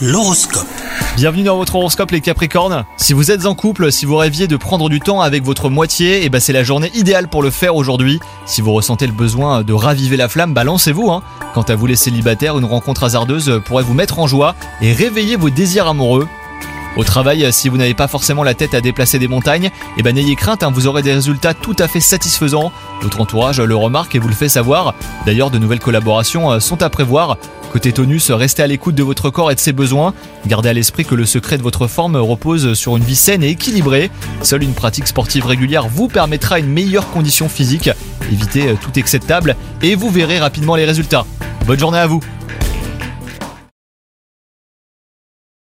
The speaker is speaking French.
L'horoscope. Bienvenue dans votre horoscope les Capricornes. Si vous êtes en couple, si vous rêviez de prendre du temps avec votre moitié, c'est la journée idéale pour le faire aujourd'hui. Si vous ressentez le besoin de raviver la flamme, lancez-vous. Quant à vous les célibataires, une rencontre hasardeuse pourrait vous mettre en joie et réveiller vos désirs amoureux. Au travail, si vous n'avez pas forcément la tête à déplacer des montagnes, n'ayez crainte, vous aurez des résultats tout à fait satisfaisants. Votre entourage le remarque et vous le fait savoir. D'ailleurs, de nouvelles collaborations sont à prévoir. Côté tonus, restez à l'écoute de votre corps et de ses besoins. Gardez à l'esprit que le secret de votre forme repose sur une vie saine et équilibrée. Seule une pratique sportive régulière vous permettra une meilleure condition physique. Évitez tout excès de table et vous verrez rapidement les résultats. Bonne journée à vous!